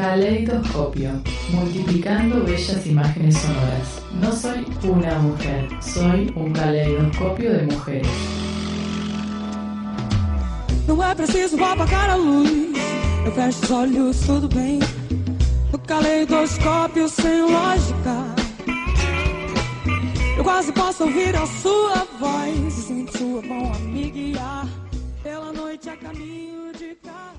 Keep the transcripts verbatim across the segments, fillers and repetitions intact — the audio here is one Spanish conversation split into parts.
Caleidoscopio, multiplicando bellas imágenes sonoras. No soy una mujer, soy um caleidoscópio de mujeres. Não é preciso apagar a luz, eu fecho os olhos, tudo bem. No caleidoscópio sem lógica, eu quase posso ouvir a sua voz e sinto sua mão a me guiar pela noite a caminho de casa.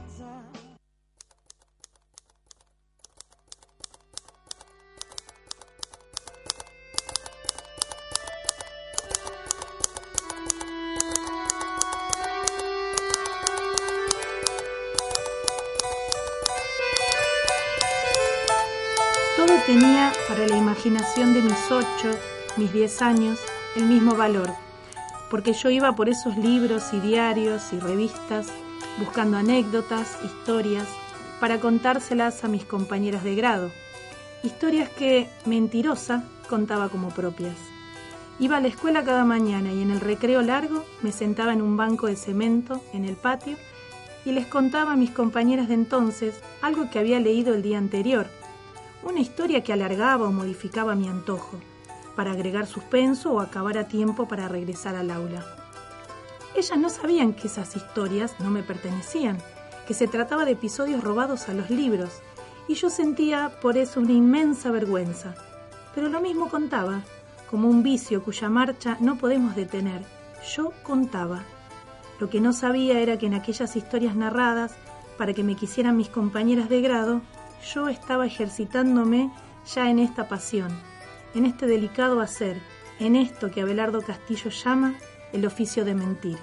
Todo tenía para la imaginación de mis ocho, mis diez años, el mismo valor, porque yo iba por esos libros y diarios y revistas, buscando anécdotas, historias, para contárselas a mis compañeras de grado. Historias que, mentirosa, contaba como propias. Iba a la escuela cada mañana y en el recreo largo me sentaba en un banco de cemento en el patio y les contaba a mis compañeras de entonces algo que había leído el día anterior, una historia que alargaba o modificaba mi antojo, para agregar suspenso o acabar a tiempo para regresar al aula. Ellas no sabían que esas historias no me pertenecían, que se trataba de episodios robados a los libros, y yo sentía por eso una inmensa vergüenza. Pero lo mismo contaba, como un vicio cuya marcha no podemos detener. Yo contaba. Lo que no sabía era que en aquellas historias narradas, para que me quisieran mis compañeras de grado, yo estaba ejercitándome ya en esta pasión, en este delicado hacer, en esto que Abelardo Castillo llama el oficio de mentir.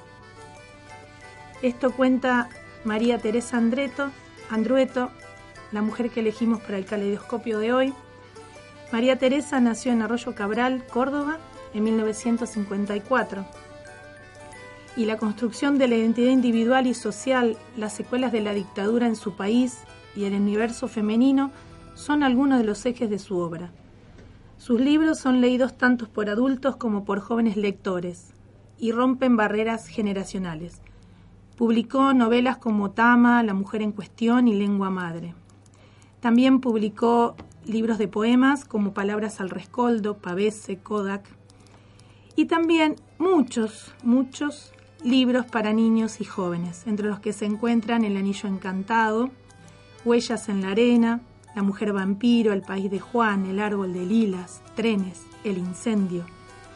Esto cuenta María Teresa Andreto, Andrueto, la mujer que elegimos para el caleidoscopio de hoy. María Teresa nació en Arroyo Cabral, Córdoba, en mil novecientos cincuenta y cuatro. Y la construcción de la identidad individual y social, las secuelas de la dictadura en su país y el universo femenino son algunos de los ejes de su obra. Sus libros son leídos tanto por adultos como por jóvenes lectores y rompen barreras generacionales. Publicó novelas como Tama, La mujer en cuestión y Lengua madre. También publicó libros de poemas como Palabras al rescoldo, Pavese, Kodak. Y también muchos, muchos libros para niños y jóvenes, entre los que se encuentran El anillo encantado, Huellas en la arena, La mujer vampiro, El país de Juan, El árbol de lilas, Trenes, El incendio.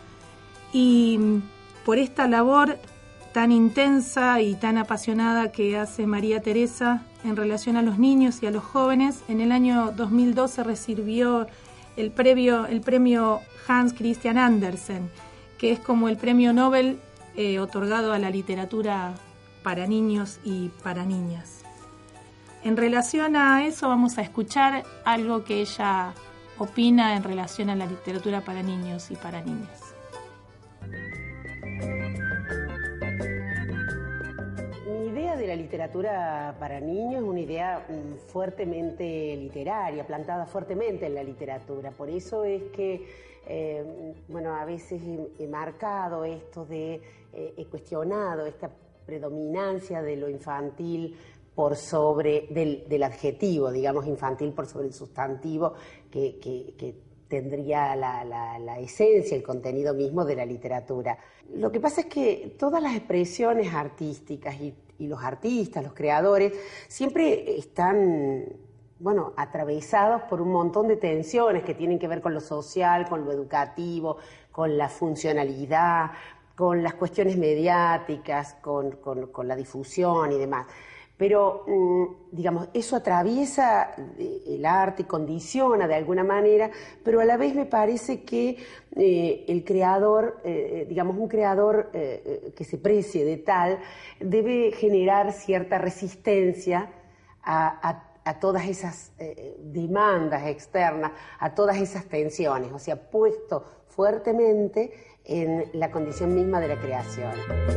Y por esta labor tan intensa y tan apasionada que hace María Teresa en relación a los niños y a los jóvenes, en el año dos mil doce recibió el, previo, el premio Hans Christian Andersen, que es como el premio Nobel eh, otorgado a la literatura para niños y para niñas. En relación a eso vamos a escuchar algo que ella opina en relación a la literatura para niños y para niñas. Mi idea de la literatura para niños es una idea fuertemente literaria, plantada fuertemente en la literatura. Por eso es que, eh, bueno, a veces he, he marcado esto de, eh, he cuestionado esta predominancia de lo infantil por sobre del, del adjetivo, digamos, infantil por sobre el sustantivo que, que, que tendría la, la, la esencia, el contenido mismo de la literatura. Lo que pasa es que todas las expresiones artísticas y, y los artistas, los creadores, siempre están, bueno, atravesados por un montón de tensiones que tienen que ver con lo social, con lo educativo, con la funcionalidad, con las cuestiones mediáticas, con, con, con la difusión y demás. Pero, digamos, eso atraviesa el arte y condiciona de alguna manera, pero a la vez me parece que eh, el creador, eh, digamos, un creador eh, que se precie de tal, debe generar cierta resistencia a, a, a todas esas eh, demandas externas, a todas esas tensiones, o sea, puesto fuertemente en la condición misma de la creación.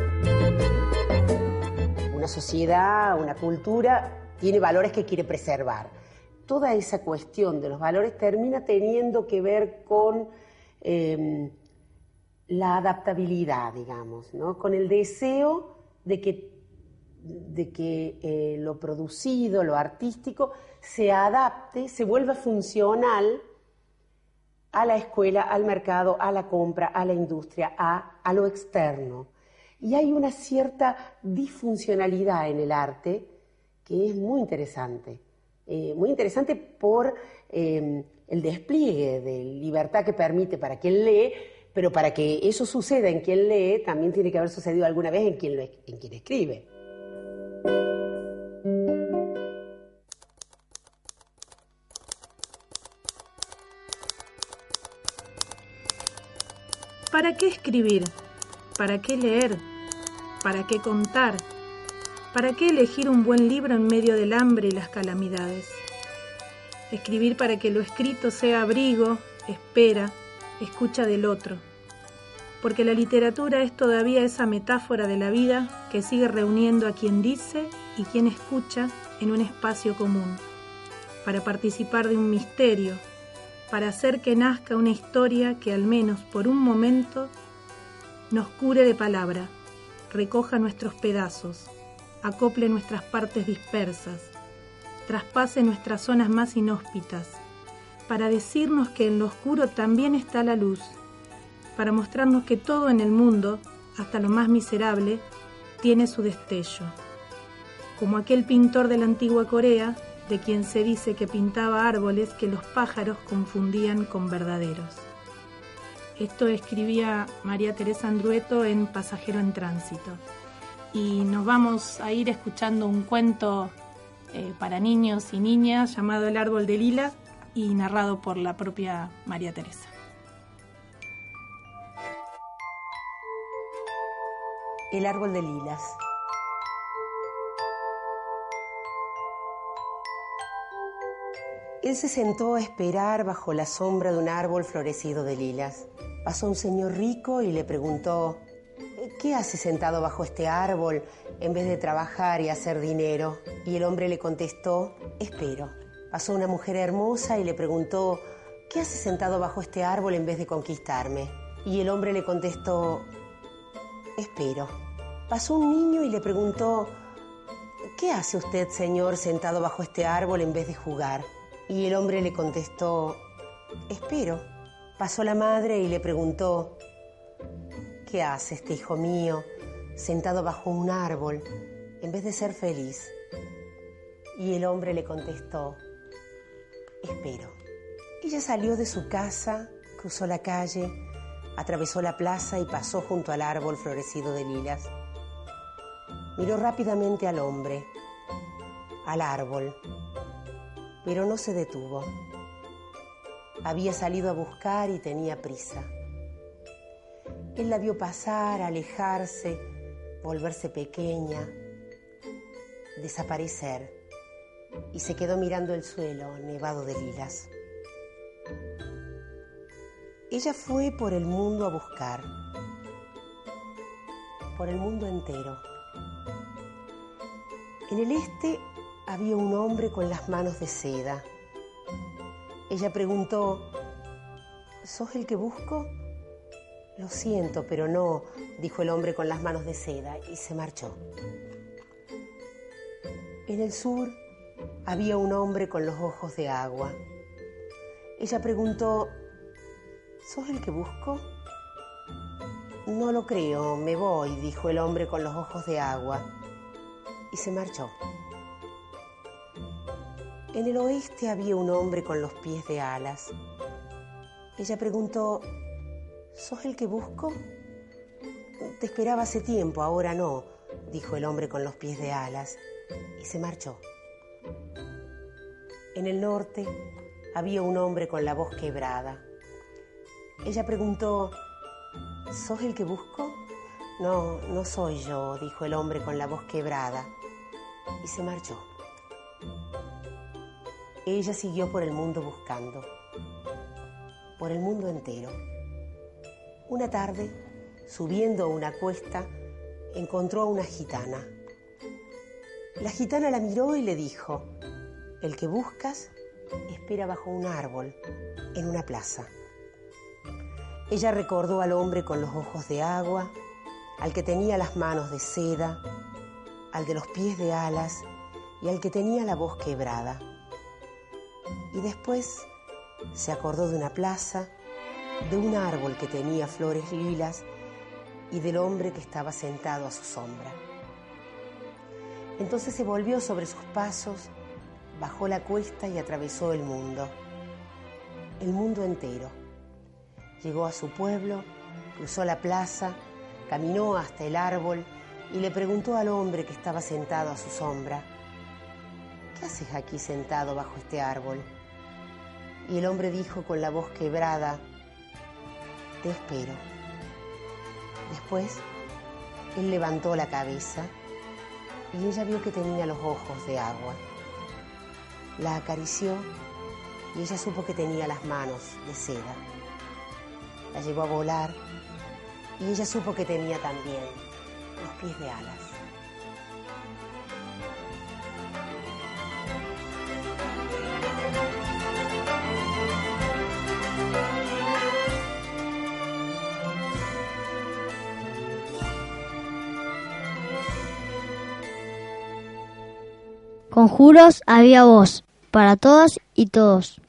Una sociedad, una cultura, tiene valores que quiere preservar. Toda esa cuestión de los valores termina teniendo que ver con eh, la adaptabilidad, digamos, ¿no? Con el deseo de que de que eh, lo producido, lo artístico, se adapte, se vuelva funcional a la escuela, al mercado, a la compra, a la industria, a, a lo externo. Y hay una cierta disfuncionalidad en el arte que es muy interesante. Eh, muy interesante por eh, el despliegue de libertad que permite para quien lee, pero para que eso suceda en quien lee, también tiene que haber sucedido alguna vez en quien, lo, en quien escribe. ¿Para qué escribir? ¿Para qué leer? ¿Para qué contar? ¿Para qué elegir un buen libro en medio del hambre y las calamidades? Escribir para que lo escrito sea abrigo, espera, escucha del otro. Porque la literatura es todavía esa metáfora de la vida que sigue reuniendo a quien dice y quien escucha en un espacio común, para participar de un misterio, para hacer que nazca una historia que al menos por un momento nos cure de palabra, recoja nuestros pedazos, acople nuestras partes dispersas, traspase nuestras zonas más inhóspitas, para decirnos que en lo oscuro también está la luz, para mostrarnos que todo en el mundo, hasta lo más miserable, tiene su destello. Como aquel pintor de la antigua Corea, de quien se dice que pintaba árboles que los pájaros confundían con verdaderos. Esto escribía María Teresa Andrueto en Pasajero en Tránsito. Y nos vamos a ir escuchando un cuento eh, para niños y niñas llamado El árbol de lila y narrado por la propia María Teresa. El árbol de lilas. Él se sentó a esperar bajo la sombra de un árbol florecido de lilas. Pasó un señor rico y le preguntó: ¿qué hace sentado bajo este árbol en vez de trabajar y hacer dinero? Y el hombre le contestó: espero. Pasó una mujer hermosa y le preguntó: ¿qué hace sentado bajo este árbol en vez de conquistarme? Y el hombre le contestó: espero. Pasó un niño y le preguntó: ¿qué hace usted, señor, sentado bajo este árbol en vez de jugar? Y el hombre le contestó: espero. Pasó la madre y le preguntó: ¿qué hace este hijo mío sentado bajo un árbol en vez de ser feliz? Y el hombre le contestó: espero. Ella salió de su casa, cruzó la calle, atravesó la plaza y pasó junto al árbol florecido de lilas. Miró rápidamente al hombre, al árbol, pero no se detuvo. Había salido a buscar y tenía prisa. Él la vio pasar, alejarse, volverse pequeña, desaparecer, y se quedó mirando el suelo nevado de lilas. Ella fue por el mundo a buscar, por el mundo entero. En el este había un hombre con las manos de seda. Ella preguntó: ¿sos el que busco? Lo siento, pero no, dijo el hombre con las manos de seda, y se marchó. En el sur había un hombre con los ojos de agua. Ella preguntó: ¿sos el que busco? No lo creo, me voy, dijo el hombre con los ojos de agua, y se marchó. En el oeste había un hombre con los pies de alas. Ella preguntó: ¿sos el que busco? Te esperaba hace tiempo, ahora no, dijo el hombre con los pies de alas, y se marchó. En el norte había un hombre con la voz quebrada. Ella preguntó: ¿sos el que busco? No, no soy yo, dijo el hombre con la voz quebrada, y se marchó. Ella siguió por el mundo buscando, por el mundo entero. Una tarde, subiendo una cuesta, encontró a una gitana. La gitana la miró y le dijo: el que buscas espera bajo un árbol, en una plaza. Ella recordó al hombre con los ojos de agua, al que tenía las manos de seda, al de los pies de alas y al que tenía la voz quebrada. Y después se acordó de una plaza, de un árbol que tenía flores lilas y del hombre que estaba sentado a su sombra. Entonces se volvió sobre sus pasos, bajó la cuesta y atravesó el mundo, el mundo entero. Llegó a su pueblo, cruzó la plaza, caminó hasta el árbol y le preguntó al hombre que estaba sentado a su sombra: ¿qué haces aquí sentado bajo este árbol? Y el hombre dijo con la voz quebrada: te espero. Después, él levantó la cabeza y ella vio que tenía los ojos de agua. La acarició y ella supo que tenía las manos de seda. La llevó a volar y ella supo que tenía también los pies de alas. Conjuros había voz, para todas y todos.